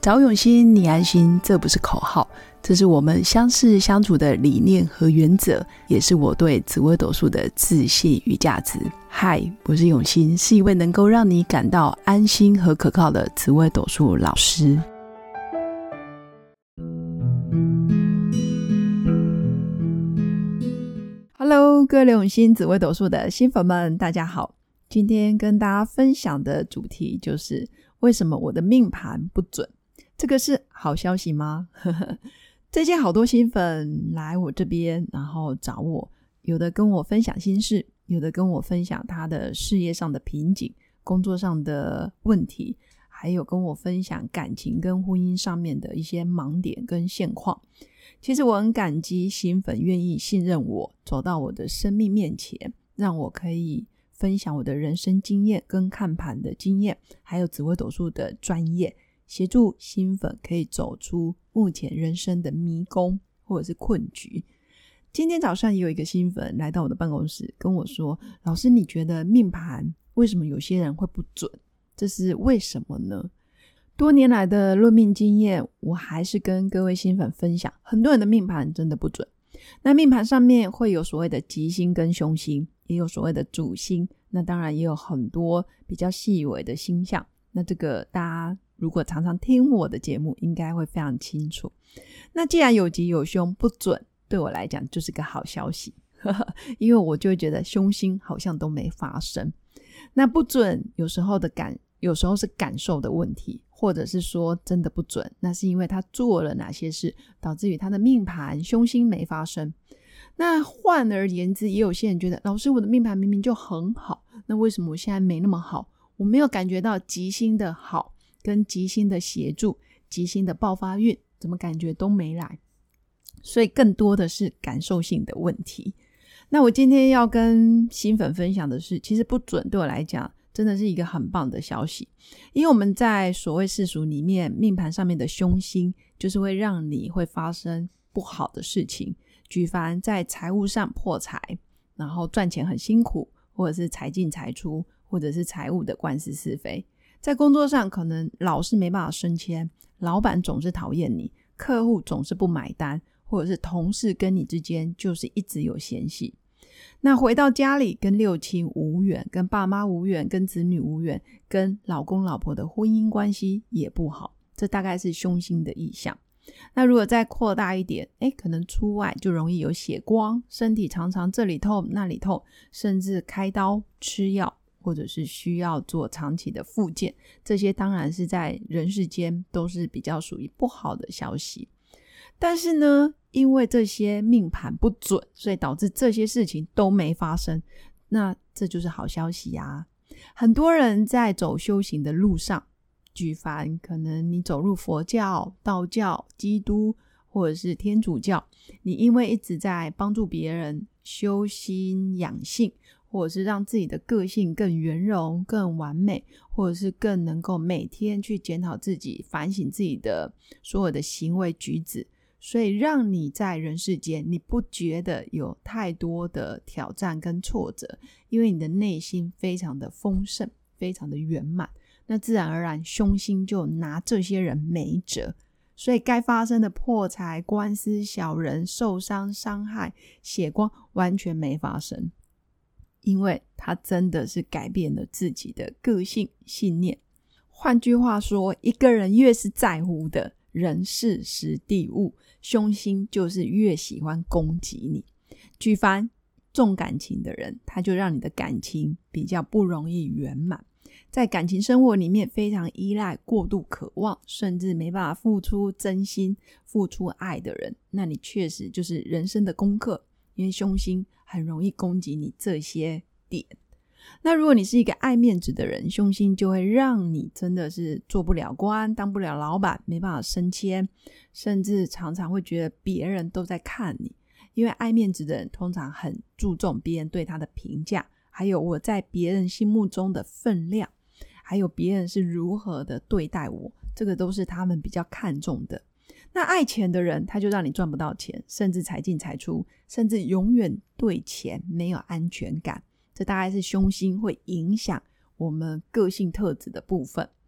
找永新，你安心，这不是口号，这是我们相识相处的理念和原则，也是我对紫微斗数的自信与价值。嗨，我是永新，是一位能够让你感到安心和可靠的紫微斗数老师。Hello， 各位永新紫微斗数的新粉们，大家好。今天跟大家分享的主题就是为什么我的命盘不准。这个是好消息吗？最近好多新粉来我这边，然后找我，有的跟我分享心事，有的跟我分享他的事业上的瓶颈，工作上的问题，还有跟我分享感情跟婚姻上面的一些盲点跟现况。其实我很感激新粉愿意信任我，走到我的生命面前，让我可以分享我的人生经验跟看盘的经验，还有紫微斗数的专业，协助新粉可以走出目前人生的迷宫或者是困局。今天早上也有一个新粉来到我的办公室跟我说，老师，你觉得命盘为什么有些人会不准？这是为什么呢？多年来的论命经验，我还是跟各位新粉分享，很多人的命盘真的不准。那命盘上面会有所谓的吉星跟凶星，也有所谓的主星，那当然也有很多比较细微的星象。那这个大家如果常常听我的节目应该会非常清楚。那既然有吉有凶不准，对我来讲就是个好消息因为我就会觉得凶星好像都没发生。那不准有时候是感受的问题，或者是说真的不准，那是因为他做了哪些事导致于他的命盘凶星没发生。那换而言之，也有些人觉得，老师，我的命盘明明就很好，那为什么我现在没那么好？我没有感觉到吉星的好跟吉星的协助，吉星的爆发运怎么感觉都没来？所以更多的是感受性的问题。那我今天要跟新粉分享的是，其实不准对我来讲真的是一个很棒的消息。因为我们在所谓世俗里面，命盘上面的凶星就是会让你会发生不好的事情，举凡在财务上破财，然后赚钱很辛苦，或者是财进财出，或者是财务的官司是非。在工作上可能老是没办法升迁，老板总是讨厌你，客户总是不买单，或者是同事跟你之间就是一直有嫌隙。那回到家里跟六亲无缘，跟爸妈无缘，跟子女无缘，跟老公老婆的婚姻关系也不好，这大概是凶星的意象。那如果再扩大一点，可能出外就容易有血光，身体常常这里痛那里痛，甚至开刀吃药，或者是需要做长期的复健，这些当然是在人世间都是比较属于不好的消息。但是呢，因为这些命盘不准，所以导致这些事情都没发生，那这就是好消息啊。很多人在走修行的路上，举凡可能你走入佛教、道教、基督或者是天主教，你因为一直在帮助别人修心养性，或者是让自己的个性更圆融更完美，或者是更能够每天去检讨自己，反省自己的所有的行为举止，所以让你在人世间你不觉得有太多的挑战跟挫折，因为你的内心非常的丰盛，非常的圆满，那自然而然凶星就拿这些人没辙，所以该发生的破财、官司、小人、受伤、伤害、血光完全没发生，因为他真的是改变了自己的个性信念。换句话说，一个人越是在乎的人事时地物，凶星就是越喜欢攻击你。举凡重感情的人，他就让你的感情比较不容易圆满，在感情生活里面非常依赖、过度渴望，甚至没办法付出真心、付出爱的人，那你确实就是人生的功课，因为凶星很容易攻击你这些点。那如果你是一个爱面子的人，凶星就会让你真的是做不了官，当不了老板，没办法升迁，甚至常常会觉得别人都在看你。因为爱面子的人通常很注重别人对他的评价，还有我在别人心目中的分量，还有别人是如何的对待我，这个都是他们比较看重的。那爱钱的人，他就让你赚不到钱，甚至财进财出，甚至永远对钱没有安全感，这大概是凶星会影响我们个性特质的部分。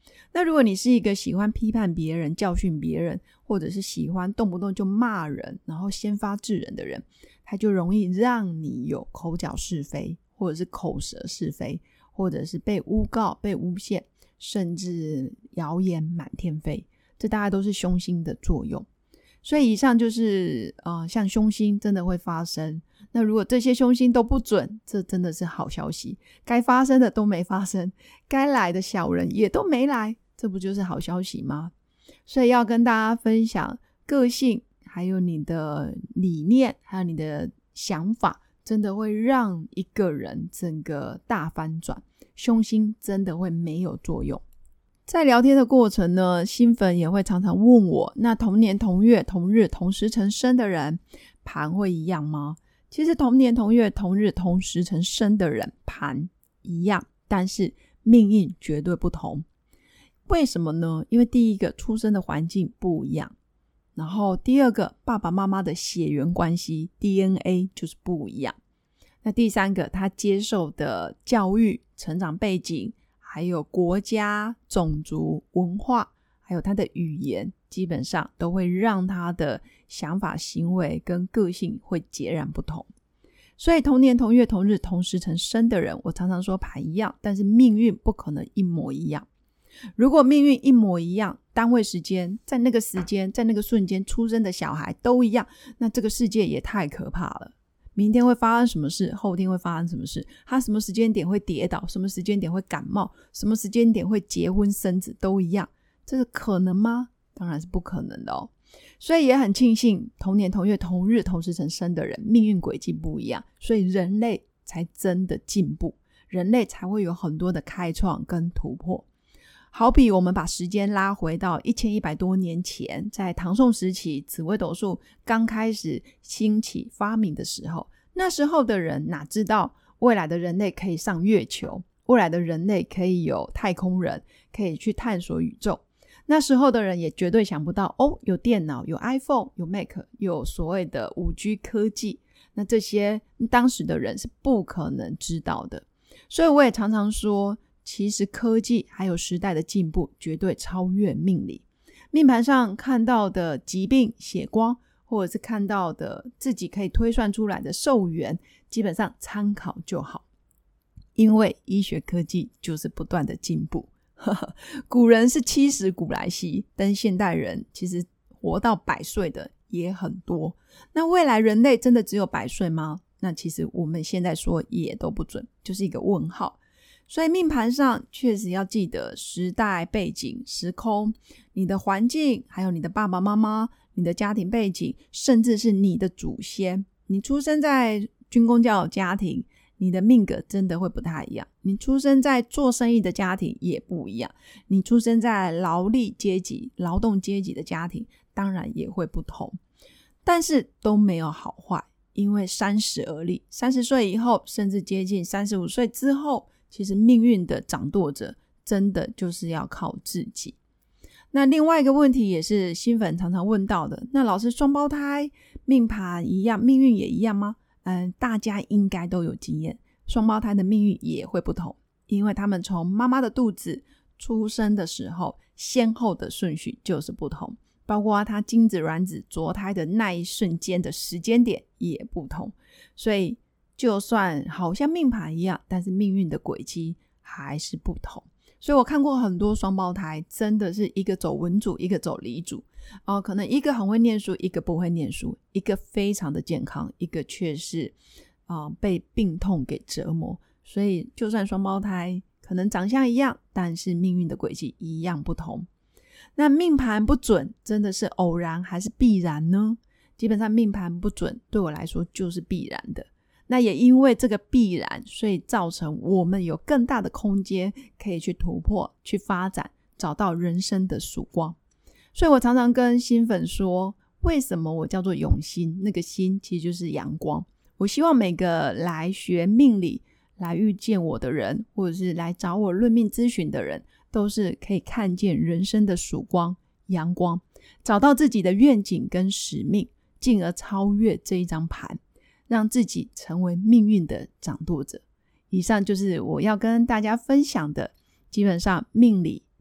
那如果你是一个喜欢批判别人、教训别人，或者是喜欢动不动就骂人，然后先发制人的人，他就容易让你有口角是非，或者是口舌是非，或者是被诬告、被诬陷，甚至谣言满天飞，这大概都是凶星的作用。所以以上就是像凶星真的会发生，那如果这些凶星都不准，这真的是好消息，该发生的都没发生，该来的小人也都没来，这不就是好消息吗？所以要跟大家分享个性，还有你的理念，还有你的想法，真的会让一个人整个大翻转，凶星真的会没有作用。在聊天的过程呢，新粉也会常常问我，那同年同月同日同时辰生的人盘会一样吗？其实同年同月同日同时辰生的人盘一样，但是命运绝对不同。为什么呢？因为第一个出生的环境不一样，然后第二个爸爸妈妈的血缘关系 DNA 就是不一样，那第三个他接受的教育、成长背景，还有国家、种族、文化，还有他的语言，基本上都会让他的想法、行为跟个性会截然不同。所以同年同月同日同时辰生的人，我常常说盘一样，但是命运不可能一模一样。如果命运一模一样，单位时间，在那个时间，在那个瞬间出生的小孩都一样，那这个世界也太可怕了。明天会发生什么事，后天会发生什么事，他什么时间点会跌倒，什么时间点会感冒，什么时间点会结婚生子都一样，这个可能吗？当然是不可能的哦。所以也很庆幸同年同月同日同时辰生的人命运轨迹不一样，所以人类才真的进步，人类才会有很多的开创跟突破。好比我们把时间拉回到1100多年前，在唐宋时期紫微斗数刚开始兴起发明的时候，那时候的人哪知道未来的人类可以上月球，未来的人类可以有太空人，可以去探索宇宙。那时候的人也绝对想不到有电脑，有 iPhone， 有 Mac， 有所谓的 5G 科技，那这些当时的人是不可能知道的。所以我也常常说，其实科技还有时代的进步绝对超越命理。命盘上看到的疾病、血光，或者是看到的自己可以推算出来的寿元，基本上参考就好，因为医学科技就是不断的进步。古人是70古来稀，但现代人其实活到100岁的也很多。那未来人类真的只有100岁吗？那其实我们现在说也都不准，就是一个问号。所以命盘上确实要记得时代背景、时空，你的环境，还有你的爸爸妈妈，你的家庭背景，甚至是你的祖先。你出生在军公教家庭，你的命格真的会不太一样。你出生在做生意的家庭也不一样，你出生在劳力阶级、劳动阶级的家庭当然也会不同。但是都没有好坏，因为30而立，30岁以后，甚至接近35岁之后，其实命运的掌舵者真的就是要靠自己。那另外一个问题也是新粉常常问到的，那老师双胞胎命盘一样，命运也一样吗？大家应该都有经验，双胞胎的命运也会不同，因为他们从妈妈的肚子出生的时候，先后的顺序就是不同，包括他精子卵子着胎的那一瞬间的时间点也不同，所以就算好像命盘一样，但是命运的轨迹还是不同。所以我看过很多双胞胎，真的是一个走文组，一个走理组，可能一个很会念书，一个不会念书，一个非常的健康，一个却是被病痛给折磨。所以就算双胞胎可能长相一样，但是命运的轨迹一样不同。那命盘不准真的是偶然还是必然呢？基本上命盘不准对我来说就是必然的。那也因为这个必然，所以造成我们有更大的空间可以去突破、去发展，找到人生的曙光。所以我常常跟新粉说，为什么我叫做永星？那个星其实就是阳光。我希望每个来学命理、来遇见我的人，或者是来找我论命咨询的人，都是可以看见人生的曙光、阳光，找到自己的愿景跟使命，进而超越这一张盘，让自己成为命运的掌舵者。以上就是我要跟大家分享的，基本上命理、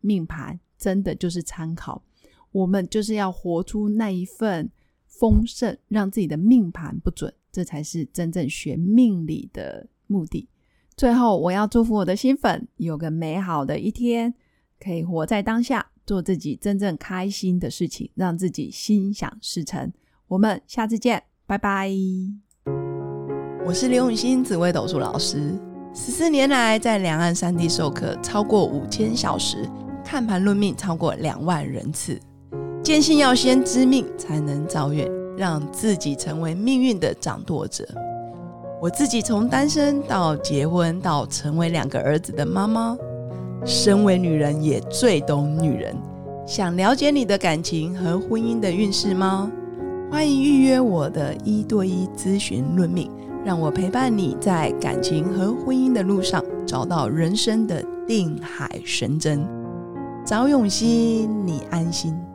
命盘真的就是参考，我们就是要活出那一份丰盛，让自己的命盘不准，这才是真正学命理的目的。最后我要祝福我的新粉有个美好的一天，可以活在当下，做自己真正开心的事情，让自己心想事成。我们下次见，拜拜。 我是刘永新紫微斗数老师，14年来在两岸3地授课超过5000小时，看盘论命超过2万人次，坚信要先知命才能造运，让自己成为命运的掌舵者。我自己从单身到结婚到成为2个儿子的妈妈，身为女人也最懂女人。想了解你的感情和婚姻的运势吗？欢迎预约我的1对1咨询论命，让我陪伴你在感情和婚姻的路上找到人生的定海神针。找永熙，你安心。